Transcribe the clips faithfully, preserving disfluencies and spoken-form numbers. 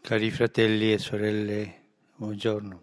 Cari fratelli e sorelle, buongiorno.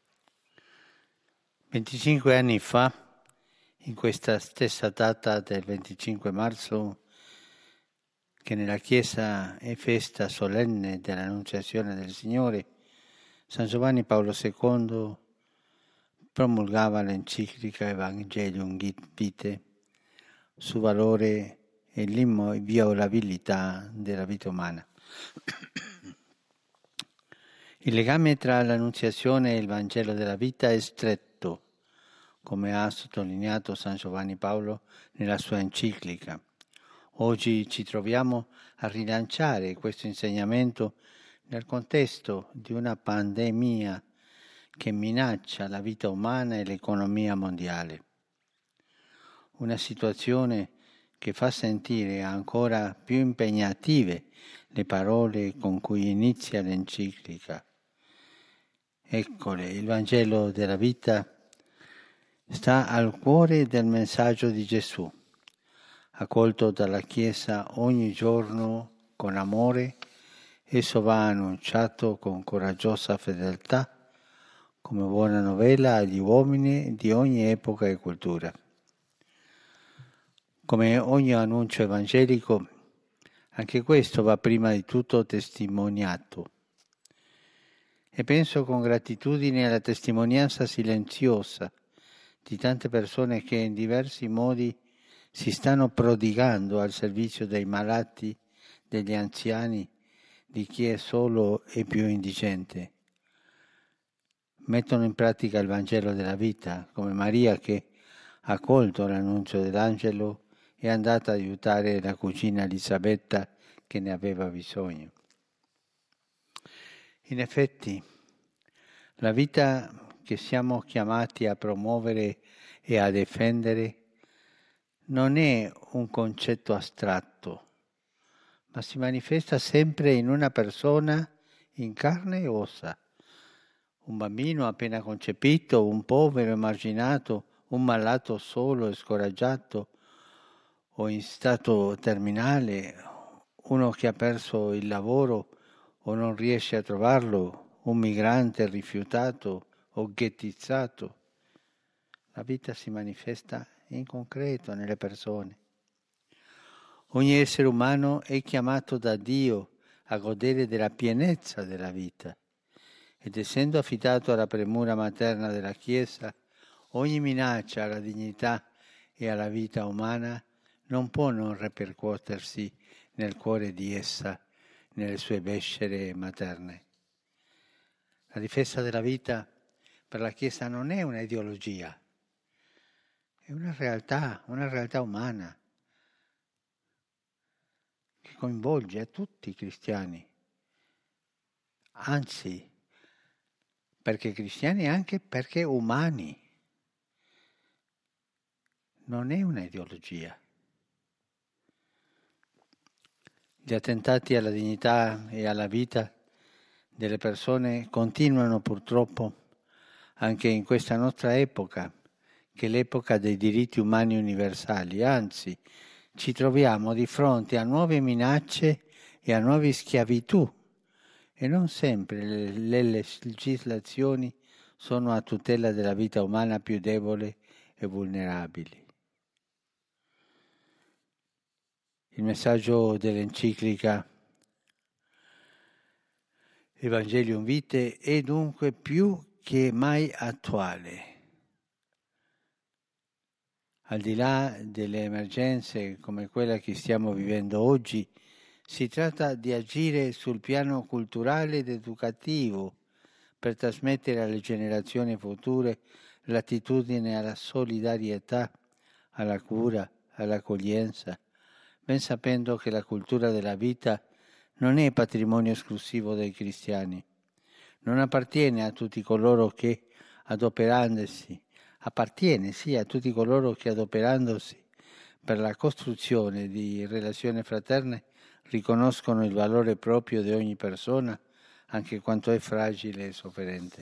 venticinque anni fa, in questa stessa data del venticinque marzo, che nella Chiesa è festa solenne dell'Annunciazione del Signore, San Giovanni Paolo secondo promulgava l'enciclica Evangelium Vitae sul valore e l'inviolabilità della vita umana. Il legame tra l'Annunziazione e il Vangelo della vita è stretto, come ha sottolineato San Giovanni Paolo nella sua enciclica. Oggi ci troviamo a rilanciare questo insegnamento nel contesto di una pandemia che minaccia la vita umana e l'economia mondiale. Una situazione che fa sentire ancora più impegnative le parole con cui inizia l'enciclica. Eccole, il Vangelo della vita sta al cuore del messaggio di Gesù, accolto dalla Chiesa ogni giorno con amore. Esso va annunciato con coraggiosa fedeltà, come buona novella agli uomini di ogni epoca e cultura. Come ogni annuncio evangelico, anche questo va prima di tutto testimoniato. E penso con gratitudine alla testimonianza silenziosa di tante persone che in diversi modi si stanno prodigando al servizio dei malati, degli anziani, di chi è solo e più indigente. Mettono in pratica il Vangelo della vita, come Maria che ha accolto l'annuncio dell'angelo e è andata ad aiutare la cugina Elisabetta che ne aveva bisogno. In effetti, la vita che siamo chiamati a promuovere e a difendere non è un concetto astratto, ma si manifesta sempre in una persona in carne e ossa. Un bambino appena concepito, un povero emarginato, un malato solo e scoraggiato o in stato terminale, uno che ha perso il lavoro o non riesce a trovarlo, un migrante rifiutato o ghettizzato. La vita si manifesta in concreto nelle persone. Ogni essere umano è chiamato da Dio a godere della pienezza della vita ed essendo affidato alla premura materna della Chiesa, ogni minaccia alla dignità e alla vita umana non può non ripercuotersi nel cuore di essa, nelle sue viscere materne. La difesa della vita per la Chiesa non è una ideologia, è una realtà, una realtà umana che coinvolge a tutti i cristiani, anzi, perché cristiani anche perché umani. Non è una ideologia. Gli attentati alla dignità e alla vita delle persone continuano purtroppo anche in questa nostra epoca, che è l'epoca dei diritti umani universali. Anzi, ci troviamo di fronte a nuove minacce e a nuove schiavitù e non sempre le, le legislazioni sono a tutela della vita umana più debole e vulnerabili. Il messaggio dell'enciclica Evangelium Vitae è dunque più che mai attuale. Al di là delle emergenze come quella che stiamo vivendo oggi, si tratta di agire sul piano culturale ed educativo per trasmettere alle generazioni future l'attitudine alla solidarietà, alla cura, all'accoglienza, ben sapendo che la cultura della vita non è patrimonio esclusivo dei cristiani, non appartiene a tutti coloro che, adoperandosi, appartiene sì a tutti coloro che, adoperandosi per la costruzione di relazioni fraterne, riconoscono il valore proprio di ogni persona, anche quanto è fragile e sofferente.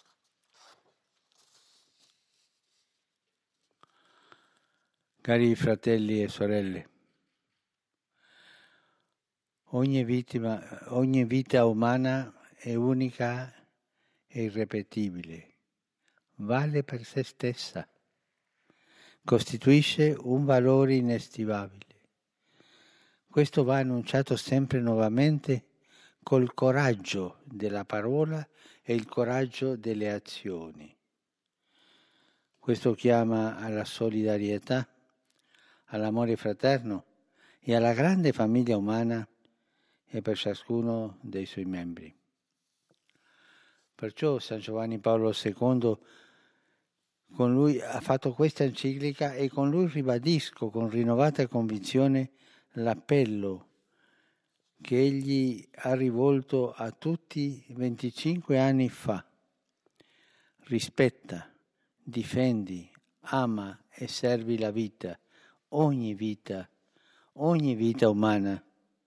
Cari fratelli e sorelle, Ogni, vittima, ogni vita umana è unica e irripetibile, vale per se stessa, costituisce un valore inestimabile. Questo va annunciato sempre nuovamente col coraggio della parola e il coraggio delle azioni. Questo chiama alla solidarietà, all'amore fraterno e alla grande famiglia umana e per ciascuno dei suoi membri. Perciò San Giovanni Paolo secondo con lui ha fatto questa enciclica e con lui ribadisco con rinnovata convinzione l'appello che egli ha rivolto a tutti venticinque anni fa. Rispetta, difendi, ama e servi la vita, ogni vita, ogni vita umana.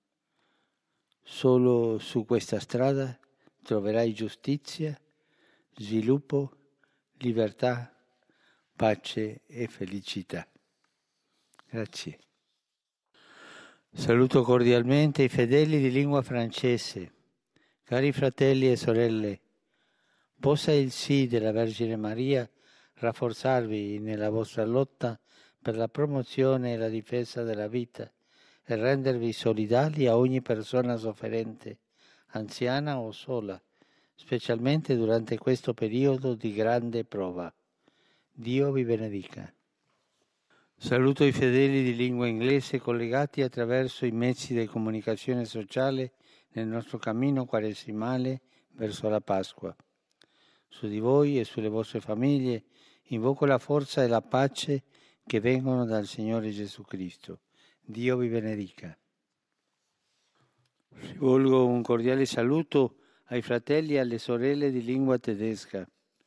Solo su questa strada troverai giustizia, sviluppo, libertà, pace e felicità. Grazie. Saluto cordialmente i fedeli di lingua francese. Cari fratelli e sorelle, possa il sì della Vergine Maria rafforzarvi nella vostra lotta per la promozione e la difesa della vita e rendervi solidali a ogni persona sofferente, anziana o sola, specialmente durante questo periodo di grande prova. Dio vi benedica. Saluto i fedeli di lingua inglese collegati attraverso i mezzi di comunicazione sociale nel nostro cammino quaresimale verso la Pasqua. Su di voi e sulle vostre famiglie invoco la forza e la pace che vengono dal Signore Gesù Cristo. Dio vi benedica. Rivolgo un cordiale saluto ai fratelli e alle sorelle di lingua tedesca.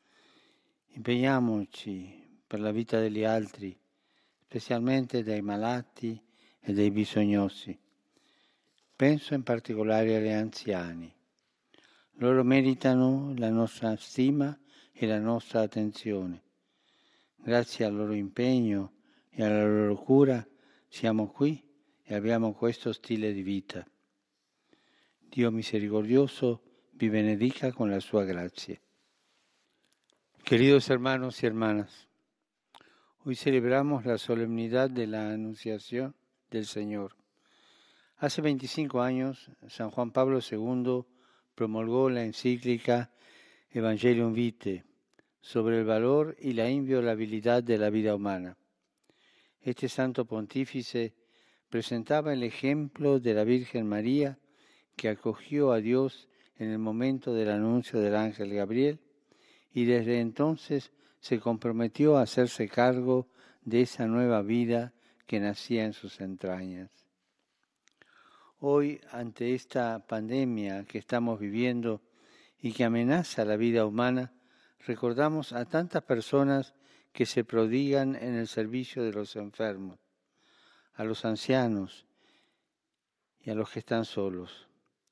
Impegniamoci per la vita degli altri, specialmente dei malati e dei bisognosi. Penso in particolare agli anziani. Loro meritano la nostra stima e la nostra attenzione. Grazie al loro impegno e alla loro cura siamo qui e abbiamo questo stile di vita. Dio misericordioso vi benedica con la sua gracia. Queridos hermanos y hermanas, hoy celebramos la solemnidad de la Anunciación del Señor. Hace veinticinco años, San Juan Pablo segundo promulgó la encíclica Evangelium Vitae sobre el valor y la inviolabilidad de la vida humana. Este santo pontífice presentaba el ejemplo de la Virgen María que acogió a Dios en el momento del anuncio del ángel Gabriel y desde entonces se comprometió a hacerse cargo de esa nueva vida que nacía en sus entrañas. Hoy, ante esta pandemia que estamos viviendo y que amenaza la vida humana, recordamos a tantas personas que se prodigan en el servicio de los enfermos, a los ancianos y a los que están solos.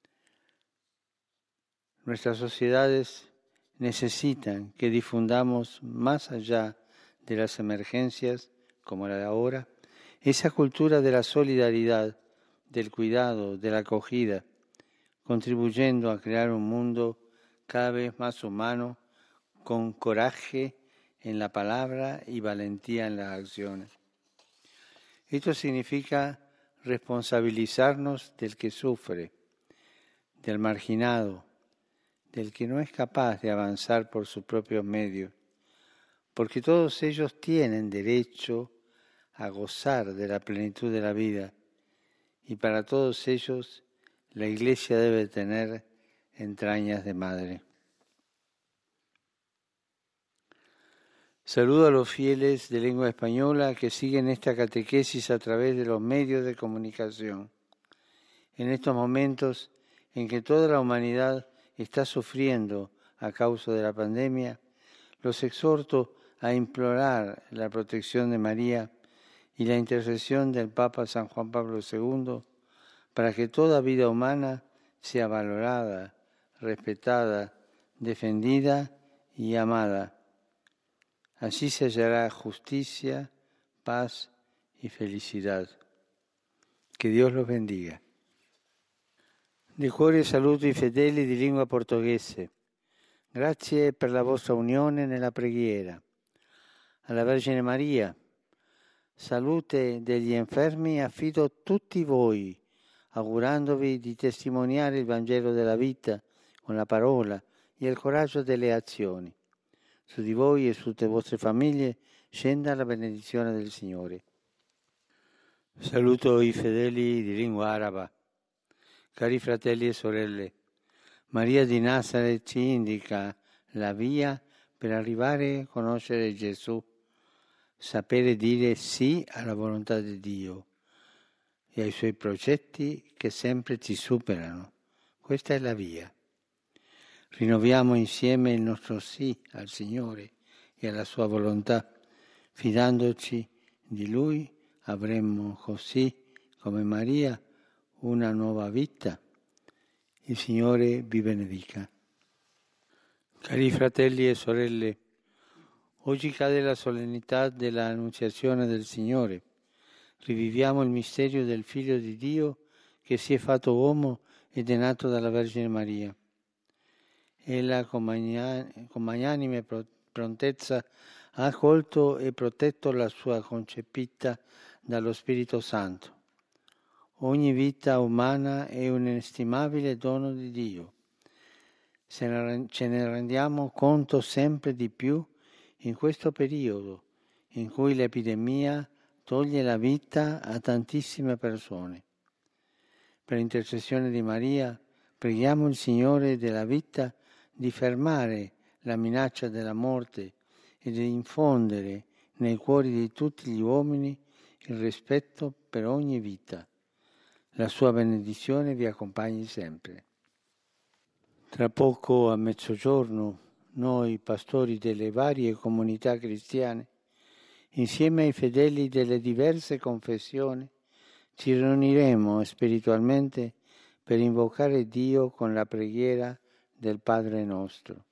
Nuestras sociedades necesitan que difundamos más allá de las emergencias, como la de ahora, esa cultura de la solidaridad, del cuidado, de la acogida, contribuyendo a crear un mundo cada vez más humano, con coraje en la palabra y valentía en las acciones. Esto significa responsabilizarnos del que sufre, del marginado, del que no es capaz de avanzar por sus propios medios, porque todos ellos tienen derecho a gozar de la plenitud de la vida, y para todos ellos la Iglesia debe tener entrañas de madre. Saludo a los fieles de lengua española que siguen esta catequesis a través de los medios de comunicación. En estos momentos en que toda la humanidad está sufriendo a causa de la pandemia, los exhorto a implorar la protección de María y la intercesión del Papa San Juan Pablo segundo para que toda vida humana sea valorada, respetada, defendida y amada. Así se hallará justicia, paz y felicidad. Que Dios los bendiga. Di cuore saluto i fedeli di lingua portoghese. Grazie per la vostra unione nella preghiera. Alla Vergine Maria, salute degli infermi, affido tutti voi, augurandovi di testimoniare il Vangelo della vita con la parola e il coraggio delle azioni. Su di voi e su tutte le vostre famiglie scenda la benedizione del Signore. Saluto i fedeli di lingua araba. Cari fratelli e sorelle, Maria di Nazareth ci indica la via per arrivare a conoscere Gesù, sapere dire sì alla volontà di Dio e ai suoi progetti che sempre ci superano. Questa è la via. Rinnoviamo insieme il nostro sì al Signore e alla sua volontà, fidandoci di Lui, avremmo così, come Maria, una nuova vita. Il Signore vi benedica. Cari fratelli e sorelle, oggi cade la solennità dell'Annunciazione del Signore. Riviviamo il mistero del Figlio di Dio che si è fatto uomo ed è nato dalla Vergine Maria. Ella con magnanime prontezza ha accolto e protetto la sua concepita dallo Spirito Santo. Ogni vita umana è un inestimabile dono di Dio. Ce ne rendiamo conto sempre di più in questo periodo in cui l'epidemia toglie la vita a tantissime persone. Per intercessione di Maria, preghiamo il Signore della vita di fermare la minaccia della morte e di infondere nei cuori di tutti gli uomini il rispetto per ogni vita. La sua benedizione vi accompagni sempre. Tra poco a mezzogiorno noi, pastori delle varie comunità cristiane, insieme ai fedeli delle diverse confessioni, ci riuniremo spiritualmente per invocare Dio con la preghiera del Padre nostro.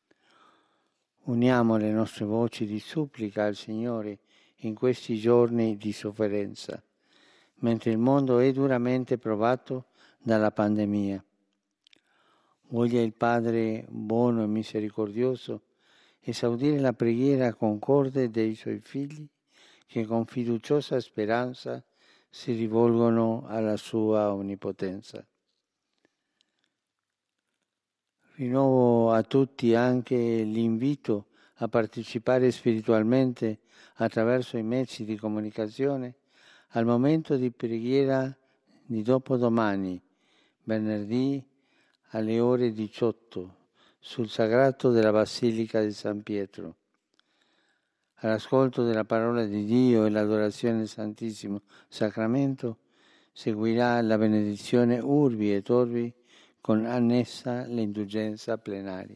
Uniamo le nostre voci di supplica al Signore in questi giorni di sofferenza, mentre il mondo è duramente provato dalla pandemia. Voglia il Padre buono e misericordioso esaudire la preghiera concorde dei Suoi figli che con fiduciosa speranza si rivolgono alla Sua onnipotenza. Rinnovo a tutti anche l'invito a partecipare spiritualmente attraverso i mezzi di comunicazione al momento di preghiera di dopodomani, venerdì alle ore diciotto, sul sagrato della Basilica di San Pietro. All'ascolto della parola di Dio e l'adorazione del Santissimo Sacramento seguirà la benedizione Urbi et Orbi con annessa l'indulgenza plenaria.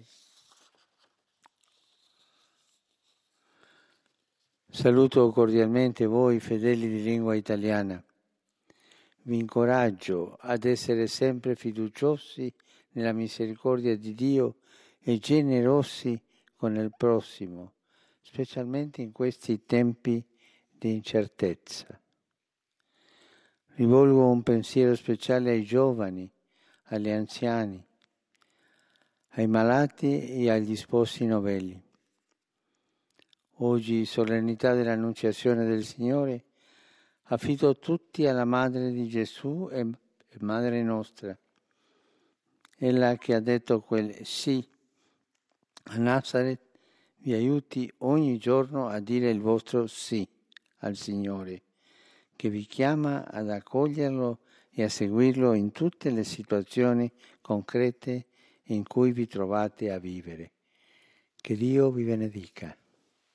Saluto cordialmente voi, fedeli di lingua italiana. Vi incoraggio ad essere sempre fiduciosi nella misericordia di Dio e generosi con il prossimo, specialmente in questi tempi di incertezza. Rivolgo un pensiero speciale ai giovani, agli anziani, ai malati e agli sposi novelli. Oggi, solennità dell'Annunciazione del Signore, affido tutti alla Madre di Gesù e Madre nostra, ella che ha detto quel sì a Nazareth, vi aiuti ogni giorno a dire il vostro sì al Signore, che vi chiama ad accoglierlo e a seguirlo in tutte le situazioni concrete in cui vi trovate a vivere. Che Dio vi benedica.